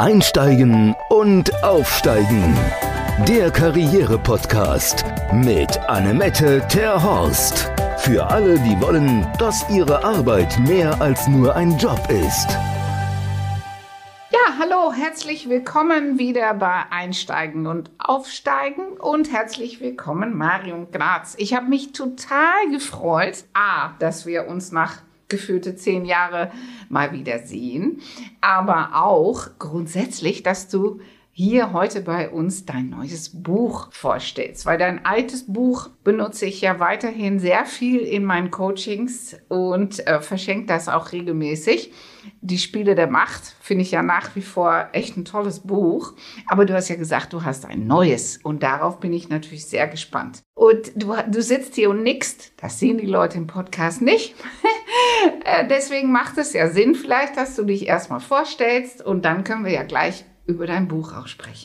Einsteigen und Aufsteigen. Der Karriere-Podcast mit Annemette Terhorst. Für alle, die wollen, dass ihre Arbeit mehr als nur ein Job ist. Ja, hallo, herzlich willkommen wieder bei Einsteigen und Aufsteigen und herzlich willkommen Marion Graz. Ich habe mich total gefreut, dass wir uns nach gefühlte 10 Jahre mal wieder sehen, aber auch grundsätzlich, dass du hier heute bei uns dein neues Buch vorstellst, weil dein altes Buch benutze ich ja weiterhin sehr viel in meinen Coachings und verschenke das auch regelmäßig. Die Spiele der Macht finde ich ja nach wie vor echt ein tolles Buch, aber du hast ja gesagt, du hast ein neues und darauf bin ich natürlich sehr gespannt. Und du sitzt hier und nickst, das sehen die Leute im Podcast nicht. Deswegen macht es ja Sinn vielleicht, dass du dich erstmal vorstellst und dann können wir ja gleich über dein Buch auch sprechen.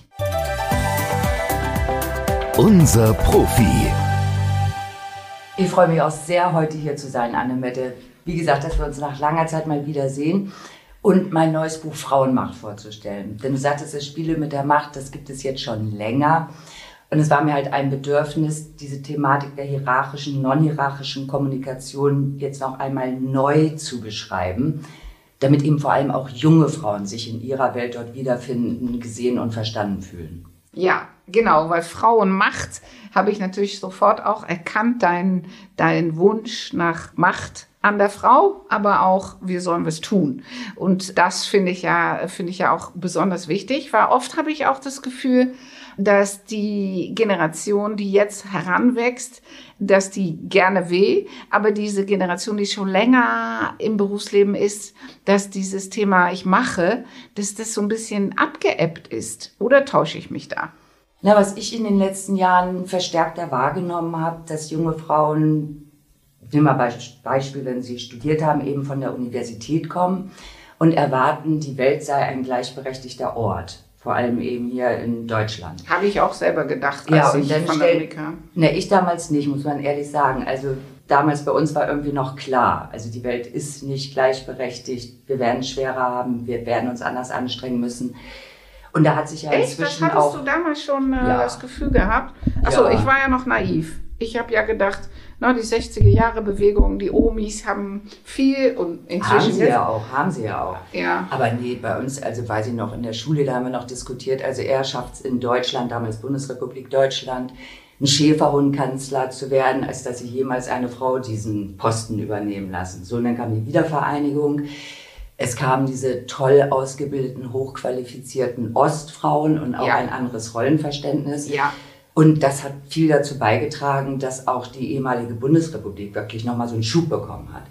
Unser Profi. Ich freue mich auch sehr, heute hier zu sein, Annemette. Wie gesagt, dass wir uns nach langer Zeit mal wiedersehen und mein neues Buch Frauenmacht vorzustellen. Denn du sagtest, das Spiele mit der Macht, das gibt es jetzt schon länger. Und es war mir halt ein Bedürfnis, diese Thematik der hierarchischen, non-hierarchischen Kommunikation jetzt noch einmal neu zu beschreiben, damit eben vor allem auch junge Frauen sich in ihrer Welt dort wiederfinden, gesehen und verstanden fühlen. Ja, genau, weil Frauenmacht habe ich natürlich sofort auch erkannt, dein Wunsch nach Macht an der Frau, aber auch, wie sollen wir es tun? Und das finde ich ja auch besonders wichtig, weil oft habe ich auch das Gefühl, dass die Generation, die jetzt heranwächst, dass die gerne will, aber diese Generation, die schon länger im Berufsleben ist, dass dieses Thema ich mache, dass das so ein bisschen abgeebbt ist. Oder täusche ich mich da? Na, was ich in den letzten Jahren verstärkter wahrgenommen habe, dass junge Frauen, nehmen wir mal Beispiel, wenn sie studiert haben, eben von der Universität kommen und erwarten, die Welt sei ein gleichberechtigter Ort. Vor allem eben hier in Deutschland. Habe ich auch selber gedacht, als ich von Amerika. Ich damals nicht, muss man ehrlich sagen. Also damals bei uns war irgendwie noch klar, also die Welt ist nicht gleichberechtigt, wir werden es schwerer haben, wir werden uns anders anstrengen müssen. Und da hat sich ja inzwischen auch... Das hattest du damals schon das Gefühl gehabt? Achso, ja. Ich war ja noch naiv. Ich habe ja gedacht, die 60er-Jahre-Bewegung, die Omis haben viel und inzwischen... Haben sie ja auch. Ja. Aber nee, bei uns, also weiß ich noch, in der Schule, da haben wir noch diskutiert, also er schafft es in Deutschland, damals Bundesrepublik Deutschland, ein Schäferhundkanzler zu werden, als dass sie jemals eine Frau diesen Posten übernehmen lassen. So, und dann kam die Wiedervereinigung. Es kamen diese toll ausgebildeten, hochqualifizierten Ostfrauen und auch ein anderes Rollenverständnis. Ja. Und das hat viel dazu beigetragen, dass auch die ehemalige Bundesrepublik wirklich nochmal so einen Schub bekommen hat.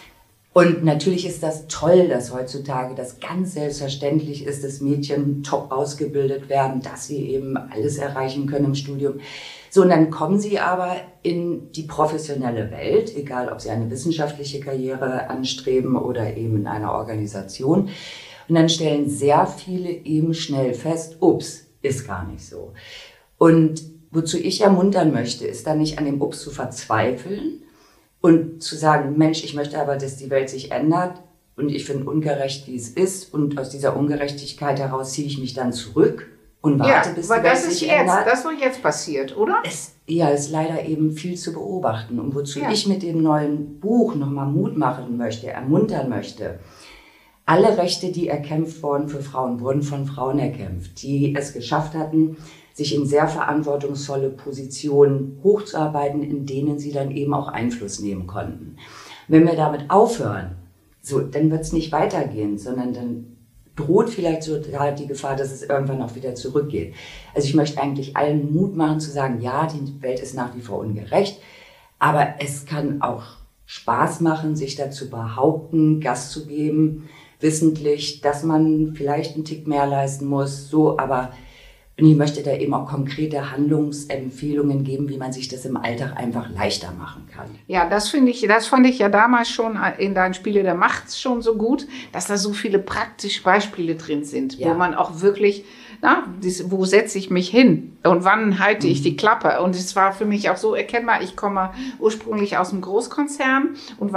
Und natürlich ist das toll, dass heutzutage das ganz selbstverständlich ist, dass Mädchen top ausgebildet werden, dass sie eben alles erreichen können im Studium. So, und dann kommen sie aber in die professionelle Welt, egal ob sie eine wissenschaftliche Karriere anstreben oder eben in einer Organisation. Und dann stellen sehr viele eben schnell fest, ups, ist gar nicht so. Und wozu ich ermuntern möchte, ist dann nicht an dem Ups zu verzweifeln und zu sagen, Mensch, ich möchte aber, dass die Welt sich ändert und ich finde ungerecht, wie es ist und aus dieser Ungerechtigkeit heraus ziehe ich mich dann zurück und warte, bis die Welt sich ändert. Das ist was jetzt passiert, oder? Es ist leider eben viel zu beobachten und wozu ich mit dem neuen Buch nochmal Mut machen möchte, ermuntern möchte. Alle Rechte, die erkämpft wurden für Frauen, wurden von Frauen erkämpft, die es geschafft hatten, sich in sehr verantwortungsvolle Positionen hochzuarbeiten, in denen sie dann eben auch Einfluss nehmen konnten. Wenn wir damit aufhören, dann wird es nicht weitergehen, sondern dann droht vielleicht sogar die Gefahr, dass es irgendwann auch wieder zurückgeht. Also ich möchte eigentlich allen Mut machen zu sagen, ja, die Welt ist nach wie vor ungerecht, aber es kann auch Spaß machen, sich dazu behaupten, Gas zu geben, wissentlich, dass man vielleicht einen Tick mehr leisten muss, aber und ich möchte da eben auch konkrete Handlungsempfehlungen geben, wie man sich das im Alltag einfach leichter machen kann. Ja, das fand ich ja damals schon in deinen Spiele der Macht schon so gut, dass da so viele praktische Beispiele drin sind, wo man auch wirklich wo setze ich mich hin und wann halte ich die Klappe? Und es war für mich auch so erkennbar, ich komme ursprünglich aus einem Großkonzern und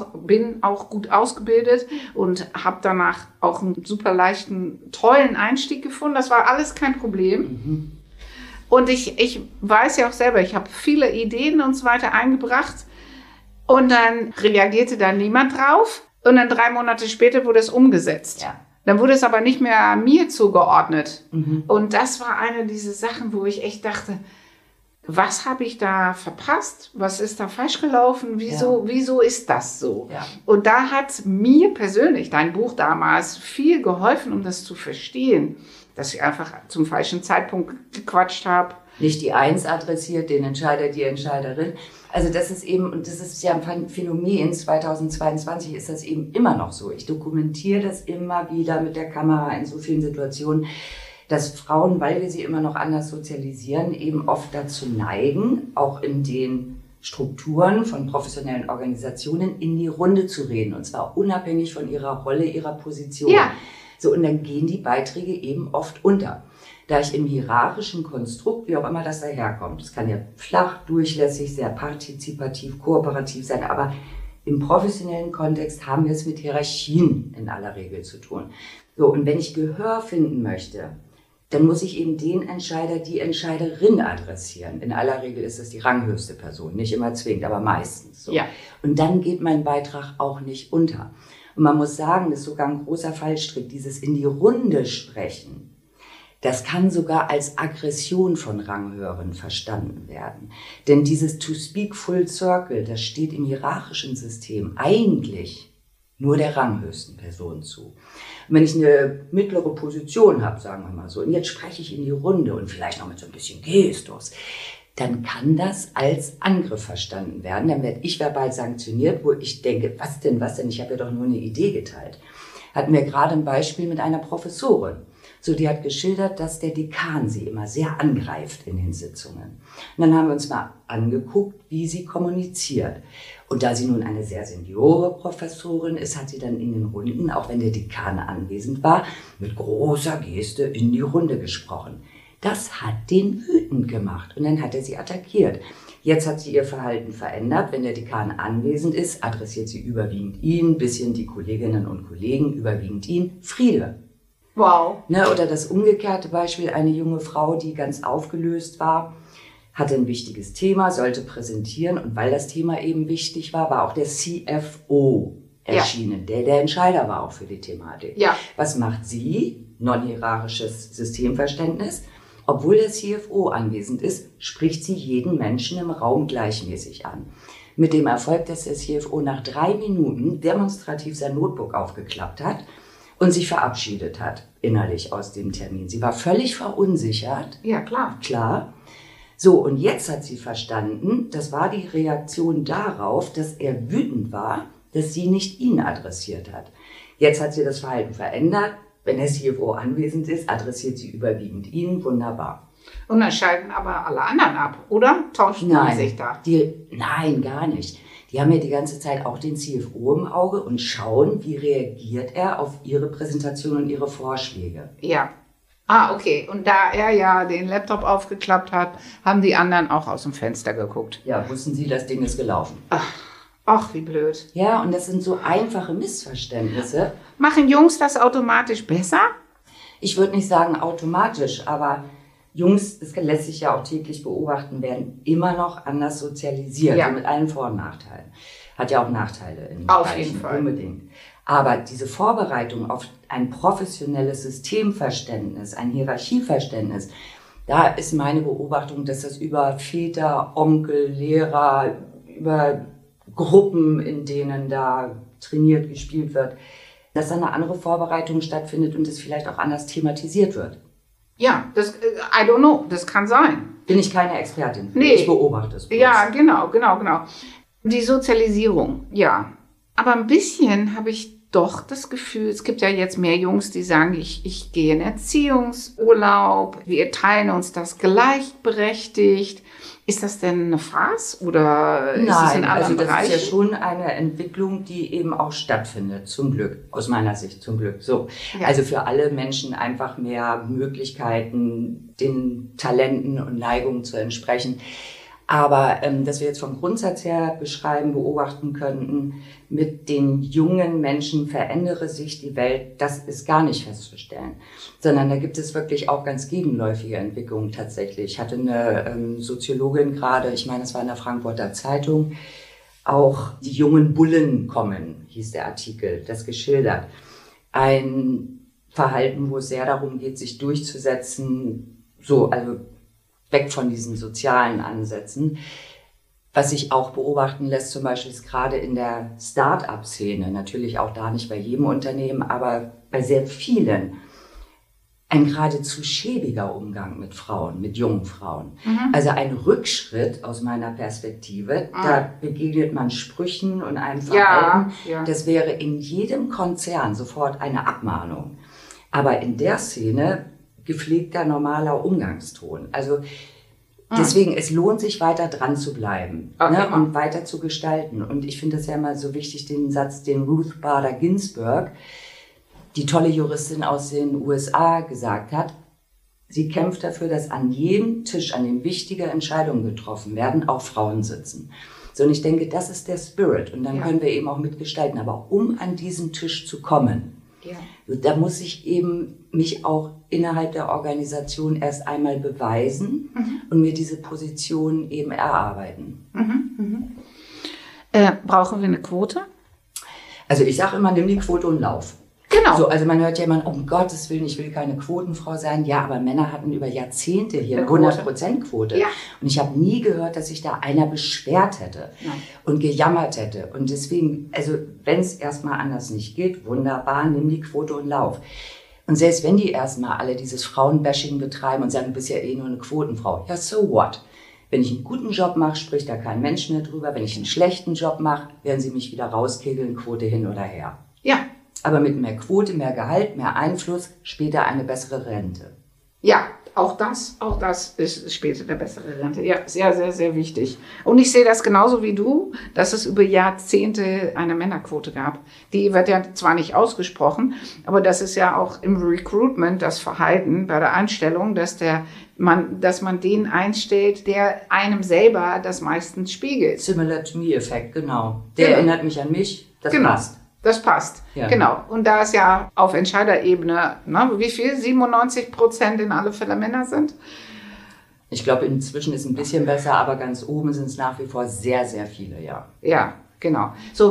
bin auch gut ausgebildet und habe danach auch einen super leichten, tollen Einstieg gefunden. Das war alles kein Problem. Und ich weiß ja auch selber, ich habe viele Ideen und so weiter eingebracht und dann reagierte da niemand drauf und dann 3 Monate später wurde es umgesetzt. Ja. Dann wurde es aber nicht mehr mir zugeordnet. Und das war eine dieser Sachen, wo ich echt dachte, was habe ich da verpasst? Was ist da falsch gelaufen? Wieso ist das so? Ja. Und da hat mir persönlich dein Buch damals viel geholfen, um das zu verstehen, dass ich einfach zum falschen Zeitpunkt gequatscht habe. Nicht die Eins adressiert, den Entscheider, die Entscheiderin. Also das ist eben, und das ist ja ein Phänomen, 2022 ist das eben immer noch so. Ich dokumentiere das immer wieder mit der Kamera in so vielen Situationen, dass Frauen, weil wir sie immer noch anders sozialisieren, eben oft dazu neigen, auch in den Strukturen von professionellen Organisationen in die Runde zu reden. Und zwar unabhängig von ihrer Rolle, ihrer Position. Ja. So, und dann gehen die Beiträge eben oft unter. Da ich im hierarchischen Konstrukt, wie auch immer das daherkommt, das kann ja flach, durchlässig, sehr partizipativ, kooperativ sein, aber im professionellen Kontext haben wir es mit Hierarchien in aller Regel zu tun. So, und wenn ich Gehör finden möchte, dann muss ich eben den Entscheider, die Entscheiderin adressieren. In aller Regel ist es die ranghöchste Person, nicht immer zwingend, aber meistens so. Ja. Und dann geht mein Beitrag auch nicht unter. Und man muss sagen, das ist sogar ein großer Fallstrick, dieses in die Runde sprechen. Das kann sogar als Aggression von Ranghöheren verstanden werden. Denn dieses to speak full circle, das steht im hierarchischen System eigentlich nur der ranghöchsten Person zu. Und wenn ich eine mittlere Position habe, sagen wir mal so, und jetzt spreche ich in die Runde und vielleicht noch mit so ein bisschen Gestus, dann kann das als Angriff verstanden werden. Dann werde ich verbal sanktioniert, wo ich denke, was denn, ich habe ja doch nur eine Idee geteilt. Hatten wir gerade ein Beispiel mit einer Professorin. So, die hat geschildert, dass der Dekan sie immer sehr angreift in den Sitzungen. Und dann haben wir uns mal angeguckt, wie sie kommuniziert. Und da sie nun eine sehr seniore Professorin ist, hat sie dann in den Runden, auch wenn der Dekan anwesend war, mit großer Geste in die Runde gesprochen. Das hat den wütend gemacht und dann hat er sie attackiert. Jetzt hat sie ihr Verhalten verändert. Wenn der Dekan anwesend ist, adressiert sie überwiegend ihn, bisschen die Kolleginnen und Kollegen, überwiegend ihn. Friede. Wow. Ne, oder das umgekehrte Beispiel, eine junge Frau, die ganz aufgelöst war, hatte ein wichtiges Thema, sollte präsentieren und weil das Thema eben wichtig war, war auch der CFO erschienen, der Entscheider war auch für die Thematik. Ja. Was macht sie? Non-hierarchisches Systemverständnis. Obwohl der CFO anwesend ist, spricht sie jeden Menschen im Raum gleichmäßig an. Mit dem Erfolg, dass der CFO nach 3 Minuten demonstrativ sein Notebook aufgeklappt hat und sich verabschiedet hat, innerlich aus dem Termin. Sie war völlig verunsichert. Ja, klar. Klar. So, und jetzt hat sie verstanden, das war die Reaktion darauf, dass er wütend war, dass sie nicht ihn adressiert hat. Jetzt hat sie das Verhalten verändert. Wenn der CFO anwesend ist, adressiert sie überwiegend ihn. Wunderbar. Und dann schalten aber alle anderen ab, oder? Tauschen die sich da? Nein, gar nicht. Die haben ja die ganze Zeit auch den CFO im Auge und schauen, wie reagiert er auf ihre Präsentation und ihre Vorschläge. Ja. Ah, okay. Und da er ja den Laptop aufgeklappt hat, haben die anderen auch aus dem Fenster geguckt. Ja, wussten sie, das Ding ist gelaufen. Ach, wie blöd. Ja, und das sind so einfache Missverständnisse. Machen Jungs das automatisch besser? Ich würde nicht sagen automatisch, aber Jungs, das lässt sich ja auch täglich beobachten, werden immer noch anders sozialisiert, ja. Mit allen Vor- und Nachteilen. Hat ja auch Nachteile in Auf Bereichen, jeden Fall. Unbedingt. Aber diese Vorbereitung auf ein professionelles Systemverständnis, ein Hierarchieverständnis, da ist meine Beobachtung, dass das über Väter, Onkel, Lehrer, über Gruppen, in denen da trainiert, gespielt wird, dass da eine andere Vorbereitung stattfindet und es vielleicht auch anders thematisiert wird. Ja, I don't know, das kann sein. Bin ich keine Expertin. Nee. Ich beobachte es bloß. Ja, genau. Die Sozialisierung, ja. Aber ein bisschen habe ich doch das Gefühl, es gibt ja jetzt mehr Jungs, die sagen, ich gehe in Erziehungsurlaub, wir teilen uns das gleichberechtigt. Ist das denn eine Farce oder ist es in anderen Bereichen? Das ist ja schon eine Entwicklung, die eben auch stattfindet, zum Glück, aus meiner Sicht zum Glück. So, ja. Also für alle Menschen einfach mehr Möglichkeiten, den Talenten und Neigungen zu entsprechen. Aber dass wir jetzt vom Grundsatz her beobachten könnten, mit den jungen Menschen verändere sich die Welt, das ist gar nicht festzustellen. Sondern da gibt es wirklich auch ganz gegenläufige Entwicklungen tatsächlich. Ich hatte eine Soziologin gerade, ich meine, es war in der Frankfurter Zeitung, auch die jungen Bullen kommen, hieß der Artikel, das geschildert. Ein Verhalten, wo es sehr darum geht, sich durchzusetzen, so, also weg von diesen sozialen Ansätzen. Was sich auch beobachten lässt, zum Beispiel ist gerade in der Start-up-Szene, natürlich auch da nicht bei jedem Unternehmen, aber bei sehr vielen, ein geradezu schäbiger Umgang mit Frauen, mit jungen Frauen. Also ein Rückschritt aus meiner Perspektive, da begegnet man Sprüchen und einem Verhalten, das wäre in jedem Konzern sofort eine Abmahnung. Aber in der Szene gepflegter, normaler Umgangston. Also deswegen, es lohnt sich weiter dran zu bleiben, ne, und weiter zu gestalten. Und ich finde das ja immer so wichtig, den Satz, den Ruth Bader Ginsburg, die tolle Juristin aus den USA, gesagt hat. Sie kämpft dafür, dass an jedem Tisch, an dem wichtige Entscheidungen getroffen werden, auch Frauen sitzen. So, und ich denke, das ist der Spirit. Und dann können wir eben auch mitgestalten. Aber um an diesen Tisch zu kommen, da muss ich eben mich auch innerhalb der Organisation erst einmal beweisen und mir diese Position eben erarbeiten. Brauchen wir eine Quote? Also ich sage immer, nimm die Quote und lauf. Genau. So, also man hört ja immer, um Gottes Willen, ich will keine Quotenfrau sein. Ja, aber Männer hatten über Jahrzehnte hier eine 100%-Quote. Ja. Und ich habe nie gehört, dass sich da einer beschwert hätte und gejammert hätte. Und deswegen, also wenn es erstmal anders nicht geht, wunderbar, nimm die Quote und lauf. Und selbst wenn die erstmal alle dieses Frauenbashing betreiben und sagen, du bist ja eh nur eine Quotenfrau. Ja, so what? Wenn ich einen guten Job mache, spricht da kein Mensch mehr drüber. Wenn ich einen schlechten Job mache, werden sie mich wieder rauskegeln, Quote hin oder her. Ja. Aber mit mehr Quote, mehr Gehalt, mehr Einfluss, später eine bessere Rente. Ja, auch das ist später eine bessere Rente. Ja, sehr, sehr, sehr wichtig. Und ich sehe das genauso wie du, dass es über Jahrzehnte eine Männerquote gab. Die wird ja zwar nicht ausgesprochen, aber das ist ja auch im Recruitment das Verhalten bei der Einstellung, dass man den einstellt, der einem selber das meistens spiegelt. Similar to me Effekt, genau. Der erinnert mich an mich, das passt. Das passt, genau. Und da es ja auf Entscheiderebene, wie viel? 97% in alle Fälle Männer sind? Ich glaube, inzwischen ist es ein bisschen besser, aber ganz oben sind es nach wie vor sehr, sehr viele, ja. Ja, genau. So,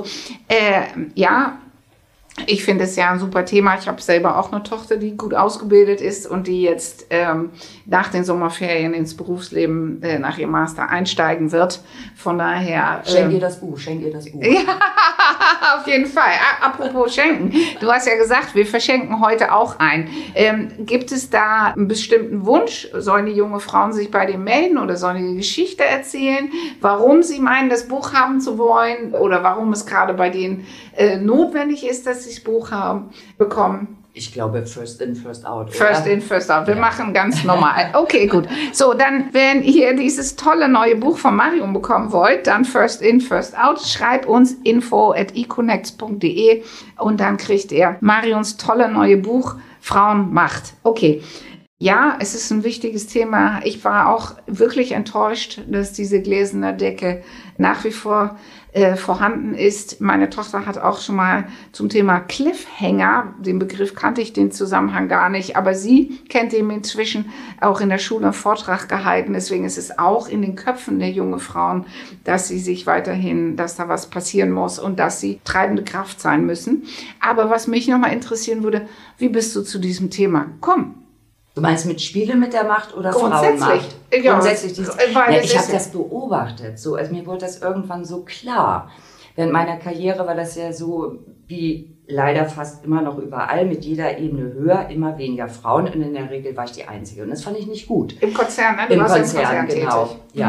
ich finde es ja ein super Thema. Ich habe selber auch eine Tochter, die gut ausgebildet ist und die jetzt nach den Sommerferien ins Berufsleben nach ihrem Master einsteigen wird. Von daher... Schenk ihr das Buch. Ja, auf jeden Fall. Apropos schenken. Du hast ja gesagt, wir verschenken heute auch ein. Gibt es da einen bestimmten Wunsch? Sollen die junge Frauen sich bei dir melden oder sollen die eine Geschichte erzählen, warum sie meinen, das Buch haben zu wollen oder warum es gerade bei denen notwendig ist, dass sie das Buch bekommen? Ich glaube, first in, first out. First in, first out. Wir machen ganz normal. Okay, gut. So, dann, wenn ihr dieses tolle neue Buch von Marion bekommen wollt, dann first in, first out. Schreibt uns info@econnects.de und dann kriegt ihr Marions tolle neue Buch Frauenmacht. Okay. Ja, es ist ein wichtiges Thema. Ich war auch wirklich enttäuscht, dass diese gläserne Decke nach wie vor vorhanden ist. Meine Tochter hat auch schon mal zum Thema Cliffhanger, den Begriff kannte ich, den Zusammenhang gar nicht, aber sie kennt ihn inzwischen, auch in der Schule einen Vortrag gehalten. Deswegen ist es auch in den Köpfen der jungen Frauen, dass sie sich weiterhin, dass da was passieren muss und dass sie treibende Kraft sein müssen. Aber was mich nochmal interessieren würde, wie bist du zu diesem Thema gekommen? Du meinst mit Spiele mit der Macht oder Frauenmacht? Ja, grundsätzlich. Ich habe das beobachtet. So, also mir wurde das irgendwann so klar. Während meiner Karriere war das ja so, wie leider fast immer noch überall, mit jeder Ebene höher, immer weniger Frauen. Und in der Regel war ich die Einzige. Und das fand ich nicht gut. Im Konzern, ne? Im Konzern, genau. Tätig. Ja.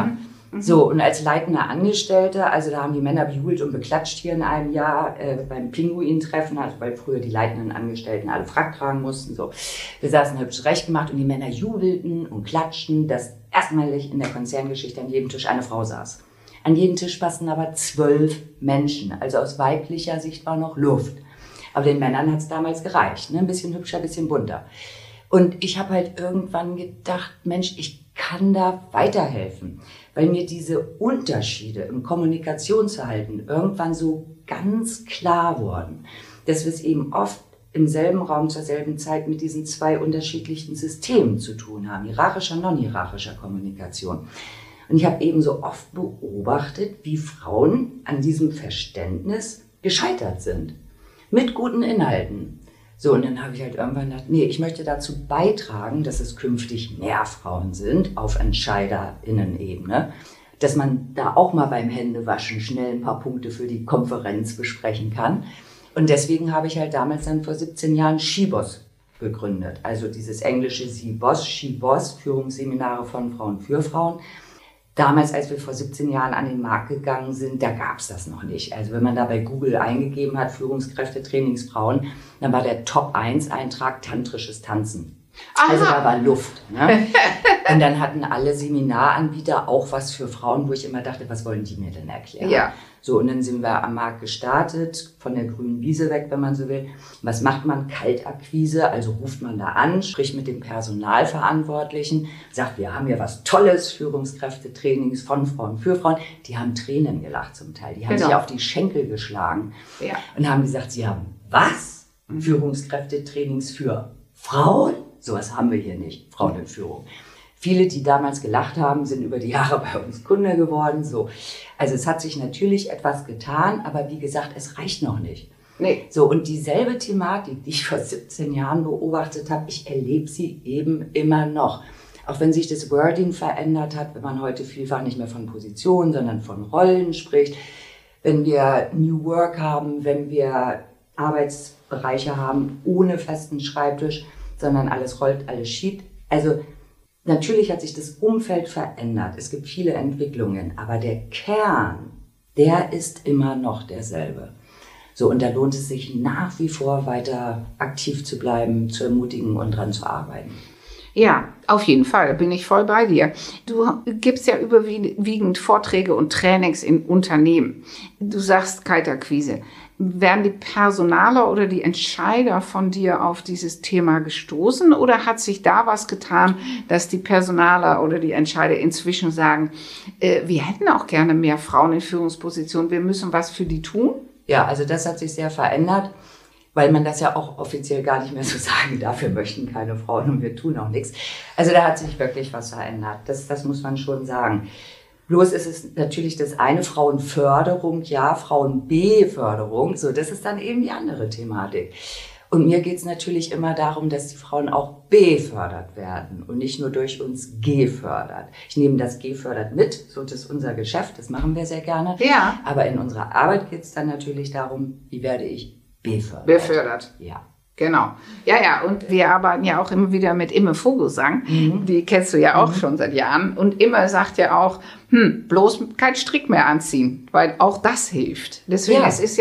So, und als leitende Angestellte, also da haben die Männer bejubelt und beklatscht hier in einem Jahr beim Pinguin-Treffen, also weil früher die leitenden Angestellten alle Frack tragen mussten. So, wir saßen hübsch zurecht gemacht und die Männer jubelten und klatschten, dass erstmalig in der Konzerngeschichte an jedem Tisch eine Frau saß. An jedem Tisch passten aber 12 Menschen, also aus weiblicher Sicht war noch Luft. Aber den Männern hat es damals gereicht, ne? Ein bisschen hübscher, ein bisschen bunter. Und ich habe halt irgendwann gedacht, Mensch, ich kann da weiterhelfen, weil mir diese Unterschiede im Kommunikationsverhalten irgendwann so ganz klar wurden, dass wir es eben oft im selben Raum zur selben Zeit mit diesen 2 unterschiedlichen Systemen zu tun haben, hierarchischer, non-hierarchischer Kommunikation. Und ich habe eben so oft beobachtet, wie Frauen an diesem Verständnis gescheitert sind, mit guten Inhalten. So, und dann habe ich halt irgendwann gedacht, nee, ich möchte dazu beitragen, dass es künftig mehr Frauen sind auf EntscheiderInnen-Ebene, dass man da auch mal beim Händewaschen schnell ein paar Punkte für die Konferenz besprechen kann. Und deswegen habe ich halt damals dann vor 17 Jahren SheBoss gegründet. Also dieses englische SheBoss, Führungsseminare von Frauen für Frauen. Damals, als wir vor 17 Jahren an den Markt gegangen sind, da gab es das noch nicht. Also wenn man da bei Google eingegeben hat, Führungskräfte, Trainingsfrauen, dann war der Top-1-Eintrag tantrisches Tanzen. Aha. Also da war Luft. Ne? Und dann hatten alle Seminaranbieter auch was für Frauen, wo ich immer dachte, was wollen die mir denn erklären? Ja. So, und dann sind wir am Markt gestartet, von der grünen Wiese weg, wenn man so will. Was macht man? Kaltakquise, also ruft man da an, spricht mit dem Personalverantwortlichen, sagt, wir haben hier was Tolles, Führungskräftetrainings von Frauen für Frauen. Die haben Tränen gelacht zum Teil, die haben sich auf die Schenkel geschlagen und haben gesagt, sie haben was? Führungskräftetrainings für Frauen? Sowas haben wir hier nicht, Frauen in Führung. Viele, die damals gelacht haben, sind über die Jahre bei uns Kunde geworden. So. Also es hat sich natürlich etwas getan, aber wie gesagt, es reicht noch nicht. Nee. So, und dieselbe Thematik, die ich vor 17 Jahren beobachtet habe, ich erlebe sie eben immer noch. Auch wenn sich das Wording verändert hat, wenn man heute vielfach nicht mehr von Positionen, sondern von Rollen spricht, wenn wir New Work haben, wenn wir Arbeitsbereiche haben ohne festen Schreibtisch, sondern alles rollt, alles schiebt. Also natürlich hat sich das Umfeld verändert. Es gibt viele Entwicklungen, aber der Kern, der ist immer noch derselbe. So, und da lohnt es sich nach wie vor weiter aktiv zu bleiben, zu ermutigen und dran zu arbeiten. Ja, auf jeden Fall, bin ich voll bei dir. Du gibst ja überwiegend Vorträge und Trainings in Unternehmen. Du sagst Kaltakquise. Werden die Personaler oder die Entscheider von dir auf dieses Thema gestoßen oder hat sich da was getan, dass die Personaler oder die Entscheider inzwischen sagen, wir hätten auch gerne mehr Frauen in Führungspositionen, wir müssen was für die tun? Ja, also das hat sich sehr verändert, weil man das ja auch offiziell gar nicht mehr so sagen darf, wir möchten keine Frauen und wir tun auch nichts. Also da hat sich wirklich was verändert, das muss man schon sagen. Bloß ist es natürlich das eine, Frauenförderung, ja, Frauen-B-Förderung, so, das ist dann eben die andere Thematik. Und mir geht es natürlich immer darum, dass die Frauen auch befördert werden und nicht nur durch uns gefördert. Ich nehme das gefördert mit, so das ist unser Geschäft, das machen wir sehr gerne. Ja. Aber in unserer Arbeit geht es dann natürlich darum, wie werde ich befördert. Befördert. Ja. Genau. Ja, und wir arbeiten ja auch immer wieder mit Imme Vogelsang. Die kennst du ja auch schon seit Jahren. Und Imme sagt ja auch, bloß kein Strick mehr anziehen, weil auch das hilft. Deswegen, es ist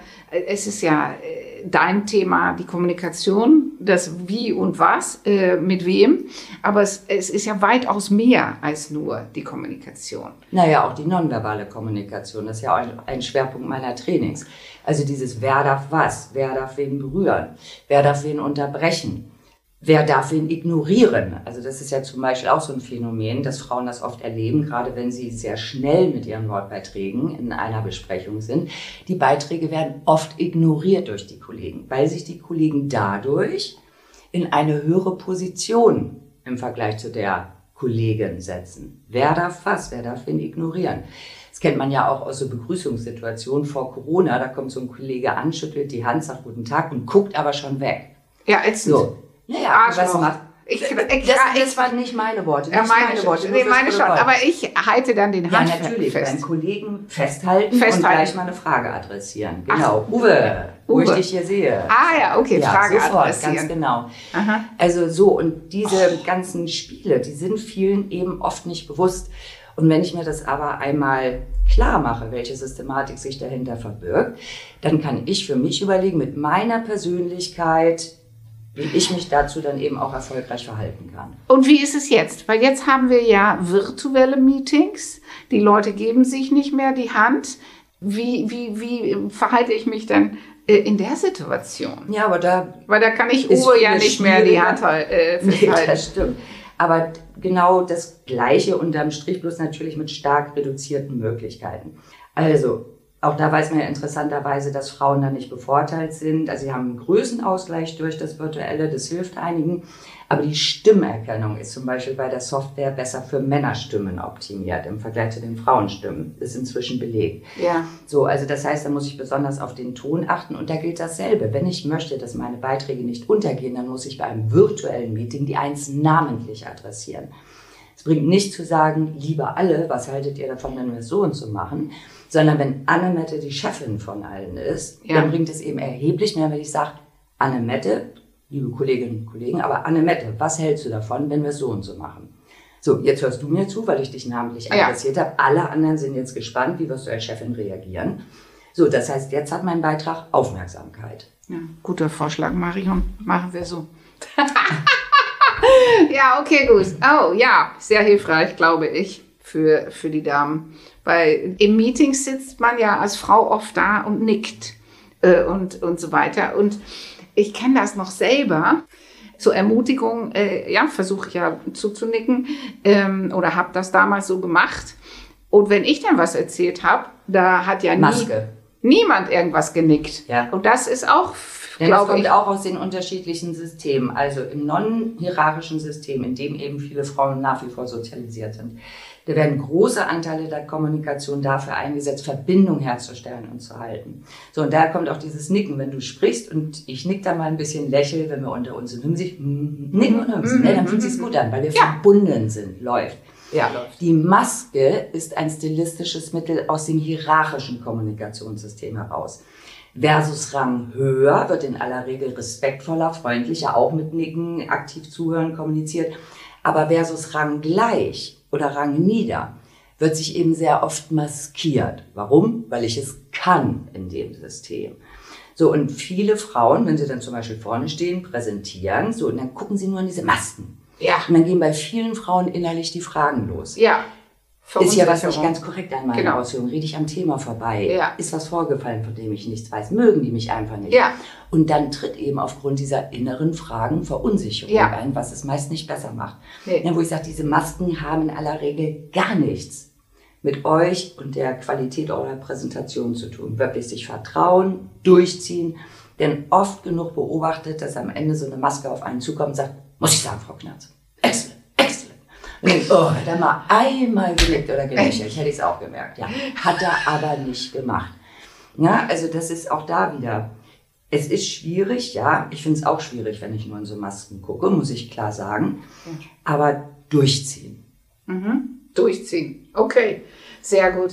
ja dein Thema, die Kommunikation, das Wie und Was, mit wem. Aber es ist ja weitaus mehr als nur die Kommunikation. Naja, auch die nonverbale Kommunikation, das ist ja auch ein Schwerpunkt meiner Trainings. Also dieses Wer darf was, wer darf wen berühren, wer darf wen unterbrechen, wer darf wen ignorieren. Also das ist ja zum Beispiel auch so ein Phänomen, dass Frauen das oft erleben, gerade wenn sie sehr schnell mit ihren Wortbeiträgen in einer Besprechung sind. Die Beiträge werden oft ignoriert durch die Kollegen, weil sich die Kollegen dadurch in eine höhere Position im Vergleich zu der Kollegin setzen. Wer darf was, wer darf wen ignorieren. Das kennt man ja auch aus so Begrüßungssituationen vor Corona. Da kommt so ein Kollege an, schüttelt die Hand, sagt guten Tag und guckt aber schon weg. Ja, ätzend. So. Naja, was macht? Das waren nicht meine Worte. Nicht meine Worte. Nee, meine schon. Aber ich halte dann den Hand fest. Ja, natürlich. Beim Kollegen festhalten und gleich mal eine Frage adressieren. Genau. Ach, Uwe, wo ich dich hier sehe. Ah ja, okay. Ja, Frage sofort, adressieren. Ganz genau. Aha. Also so, und diese ganzen Spiele, die sind vielen eben oft nicht bewusst. Und wenn ich mir das aber einmal klar mache, welche Systematik sich dahinter verbirgt, dann kann ich für mich überlegen, mit meiner Persönlichkeit, wie ich mich dazu dann eben auch erfolgreich verhalten kann. Und wie ist es jetzt? Weil jetzt haben wir ja virtuelle Meetings. Die Leute geben sich nicht mehr die Hand. Wie verhalte ich mich dann in der Situation? Ja, aber weil da kann ich Uwe ja nicht mehr die Hand festhalten. Nee, das stimmt. Aber genau das Gleiche unterm Strich, bloß natürlich mit stark reduzierten Möglichkeiten. Also, auch da weiß man ja interessanterweise, dass Frauen da nicht bevorteilt sind. Also sie haben einen Größenausgleich durch das Virtuelle, das hilft einigen. Aber die Stimmerkennung ist zum Beispiel bei der Software besser für Männerstimmen optimiert im Vergleich zu den Frauenstimmen. Das ist inzwischen belegt. Ja. So, also das heißt, da muss ich besonders auf den Ton achten. Und da gilt dasselbe. Wenn ich möchte, dass meine Beiträge nicht untergehen, dann muss ich bei einem virtuellen Meeting die Eins namentlich adressieren. Es bringt nicht zu sagen, liebe alle, was haltet ihr davon, wenn wir es so und so machen? Sondern wenn Annemette die Chefin von allen ist, dann bringt es eben erheblich mehr, wenn ich sage, Annemette, liebe Kolleginnen und Kollegen, aber Annemette, was hältst du davon, wenn wir es so und so machen? So, jetzt hörst du mir zu, weil ich dich namentlich adressiert habe. Alle anderen sind jetzt gespannt, wie wirst du als Chefin reagieren. So, das heißt, jetzt hat mein Beitrag Aufmerksamkeit. Ja, guter Vorschlag, Marion. Machen wir so. Ja, okay, gut. Oh ja, sehr hilfreich, glaube ich, für die Damen. Weil im Meeting sitzt man ja als Frau oft da und nickt und so weiter. Und ich kenne das noch selber. Zur Ermutigung, versuche ich ja zuzunicken oder habe das damals so gemacht. Und wenn ich dann was erzählt habe, da hat ja niemand irgendwas genickt. Ja. Und das ist auch, denn das kommt auch aus den unterschiedlichen Systemen. Also im non-hierarchischen System, in dem eben viele Frauen nach wie vor sozialisiert sind, da werden große Anteile der Kommunikation dafür eingesetzt, Verbindung herzustellen und zu halten. So, und da kommt auch dieses Nicken, wenn du sprichst und ich nick da mal ein bisschen, lächel, wenn wir unter uns sind, nicken und hüpsen. Dann fühlt sich's gut an, weil wir verbunden sind, läuft. Ja, läuft. Die Maske ist ein stilistisches Mittel aus dem hierarchischen Kommunikationssystem heraus. Versus Rang höher wird in aller Regel respektvoller, freundlicher, auch mit Nicken, aktiv zuhören, kommuniziert. Aber versus Rang gleich oder Rang nieder wird sich eben sehr oft maskiert. Warum? Weil ich es kann in dem System. So, und viele Frauen, wenn sie dann zum Beispiel vorne stehen, präsentieren, so, und dann gucken sie nur in diese Masken. Ja. Und dann gehen bei vielen Frauen innerlich die Fragen los. Ja. Ist ja was nicht ganz korrekt an meinen Genau. Ausführungen. Rede ich am Thema vorbei? Ja. Ist was vorgefallen, von dem ich nichts weiß? Mögen die mich einfach nicht? Ja. Und dann tritt eben aufgrund dieser inneren Fragen Verunsicherung ein, was es meist nicht besser macht. Nee. Ja, wo ich sage, diese Masken haben in aller Regel gar nichts mit euch und der Qualität eurer Präsentation zu tun. Wirklich sich vertrauen, durchziehen. Denn oft genug beobachtet, dass am Ende so eine Maske auf einen zukommt und sagt, muss ich sagen, Frau Knarz, excellent. Und ich, hat er mal einmal genickt oder gelächelt, hätte ich es auch gemerkt. Ja, hat er aber nicht gemacht. Ja, also das ist auch da wieder. Es ist schwierig, ja. Ich finde es auch schwierig, wenn ich nur in so Masken gucke, muss ich klar sagen. Aber durchziehen. Durchziehen. Okay, sehr gut.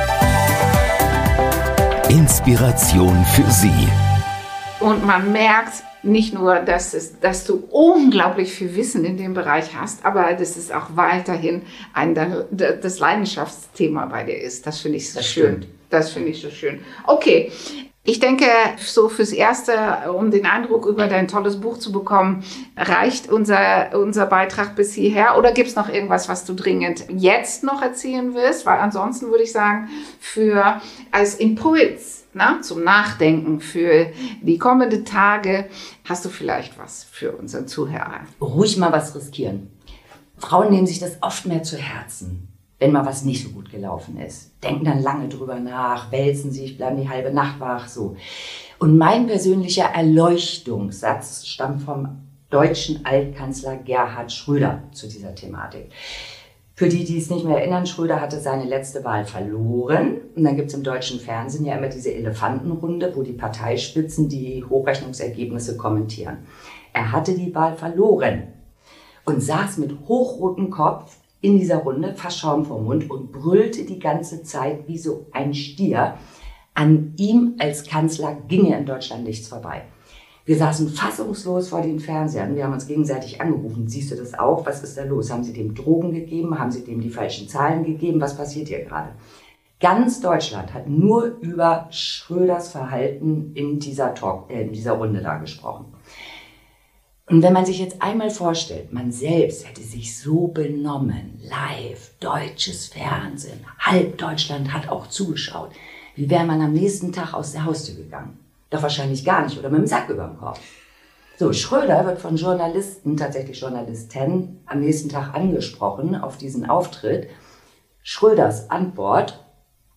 Inspiration für Sie. Und man merkt nicht nur, dass du unglaublich viel Wissen in dem Bereich hast, aber dass es auch weiterhin das Leidenschaftsthema bei dir ist. Das finde ich so schön. Das finde ich so schön. Okay. Ich denke, so fürs Erste, um den Eindruck über dein tolles Buch zu bekommen, reicht unser Beitrag bis hierher. Oder gibt es noch irgendwas, was du dringend jetzt noch erzählen willst? Weil ansonsten würde ich sagen, als Impuls zum Nachdenken für die kommenden Tage, hast du vielleicht was für unsere Zuhörer? Ruhig mal was riskieren. Frauen nehmen sich das oft mehr zu Herzen, wenn mal was nicht so gut gelaufen ist. Denken dann lange drüber nach, wälzen sich, bleiben die halbe Nacht wach, so. Und mein persönlicher Erleuchtungssatz stammt vom deutschen Altkanzler Gerhard Schröder zu dieser Thematik. Für die es nicht mehr erinnern, Schröder hatte seine letzte Wahl verloren. Und dann gibt es im deutschen Fernsehen ja immer diese Elefantenrunde, wo die Parteispitzen die Hochrechnungsergebnisse kommentieren. Er hatte die Wahl verloren und saß mit hochrotem Kopf in dieser Runde, fast Schaum vom Mund, und brüllte die ganze Zeit wie so ein Stier. An ihm als Kanzler ginge in Deutschland nichts vorbei. Wir saßen fassungslos vor den Fernsehern. Wir haben uns gegenseitig angerufen. Siehst du das auch? Was ist da los? Haben Sie dem Drogen gegeben? Haben Sie dem die falschen Zahlen gegeben? Was passiert hier gerade? Ganz Deutschland hat nur über Schröders Verhalten in dieser Runde da gesprochen. Und wenn man sich jetzt einmal vorstellt, man selbst hätte sich so benommen, live, deutsches Fernsehen, halb Deutschland hat auch zugeschaut, wie wäre man am nächsten Tag aus der Haustür gegangen? Doch wahrscheinlich gar nicht oder mit dem Sack über dem Kopf. So, Schröder wird von Journalisten, tatsächlich Journalisten, am nächsten Tag angesprochen auf diesen Auftritt. Schröders Antwort,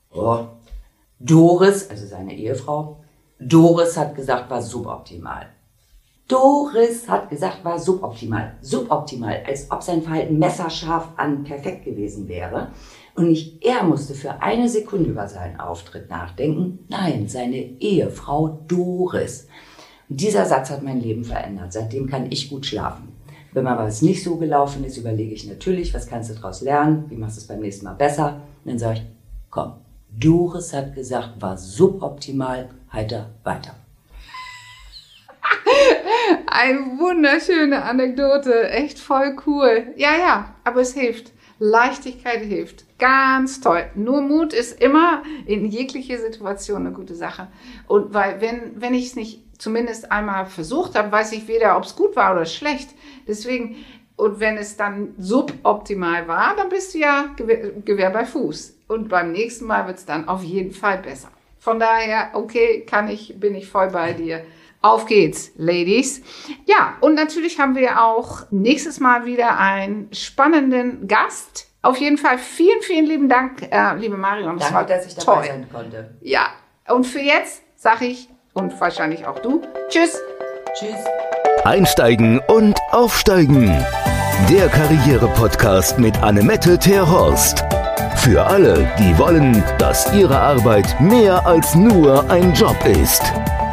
Doris, also seine Ehefrau, Doris hat gesagt, war suboptimal. Doris hat gesagt, war suboptimal. Suboptimal, als ob sein Verhalten messerscharf an perfekt gewesen wäre. Und nicht er musste für eine Sekunde über seinen Auftritt nachdenken. Nein, seine Ehefrau Doris. Und dieser Satz hat mein Leben verändert. Seitdem kann ich gut schlafen. Wenn mal was nicht so gelaufen ist, überlege ich natürlich, was kannst du daraus lernen? Wie machst du es beim nächsten Mal besser? Und dann sage ich, komm, Doris hat gesagt, war suboptimal, heiter weiter. Eine wunderschöne Anekdote, echt voll cool. Ja, aber es hilft. Leichtigkeit hilft. Ganz toll. Nur Mut ist immer in jeglicher Situation eine gute Sache. Und weil, wenn ich es nicht zumindest einmal versucht habe, weiß ich weder, ob es gut war oder schlecht. Deswegen, und wenn es dann suboptimal war, dann bist du ja Gewehr bei Fuß. Und beim nächsten Mal wird es dann auf jeden Fall besser. Von daher, okay, bin ich voll bei dir. Auf geht's, Ladies. Ja, und natürlich haben wir auch nächstes Mal wieder einen spannenden Gast. Auf jeden Fall vielen, vielen lieben Dank, liebe Marion. Danke, dass ich dabei sein konnte. Ja, und für jetzt sage ich, und wahrscheinlich auch du, tschüss. Tschüss. Einsteigen und aufsteigen. Der Karriere-Podcast mit Annemette Terhorst. Für alle, die wollen, dass ihre Arbeit mehr als nur ein Job ist.